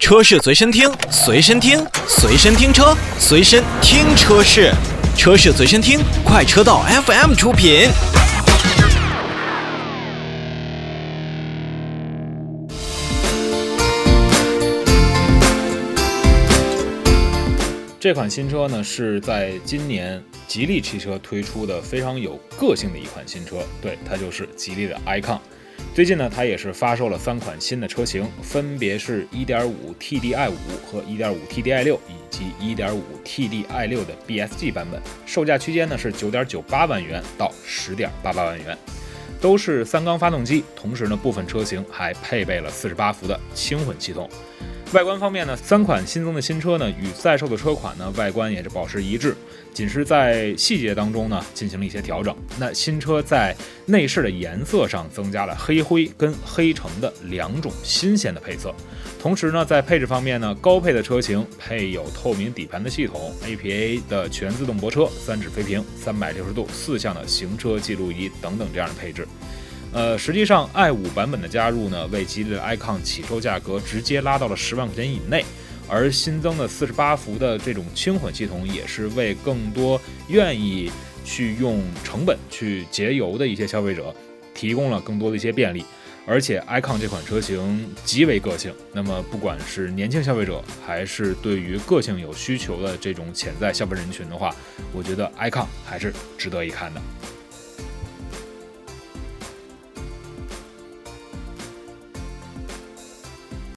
车是随身听，随身听，随身听车，随身听车是，车是随身听，快车道 FM 出品。 这款新车呢，是在今年吉利汽车推出的非常有个性的一款新车，对，它就是吉利的 icon。最近呢，它也是发售了3款新的车型，分别是 1.5TDI5 和 1.5TDI6 以及 1.5TDI6 的 BSG 版本，售价区间呢是 9.98 万元到 10.88 万元，都是3缸发动机，同时呢部分车型还配备了48伏的轻混系统。外观方面呢，3款新增的新车呢与在售的车款呢外观也是保持一致，仅是在细节当中呢进行了一些调整。那新车在内饰的颜色上增加了黑灰跟黑橙的2种新鲜的配色。同时呢，在配置方面呢，高配的车型配有透明底盘的系统、APA 的全自动泊车、3指飞屏、360度4项的行车记录仪等等这样的配置。实际上 i5 版本的加入呢，为吉利的 icon 起售价格直接拉到了10万块钱以内，而新增的48伏的这种轻混系统，也是为更多愿意去用成本去节油的一些消费者提供了更多的一些便利。而且 icon 这款车型极为个性，那么不管是年轻消费者还是对于个性有需求的这种潜在消费人群的话，我觉得 icon 还是值得一看的。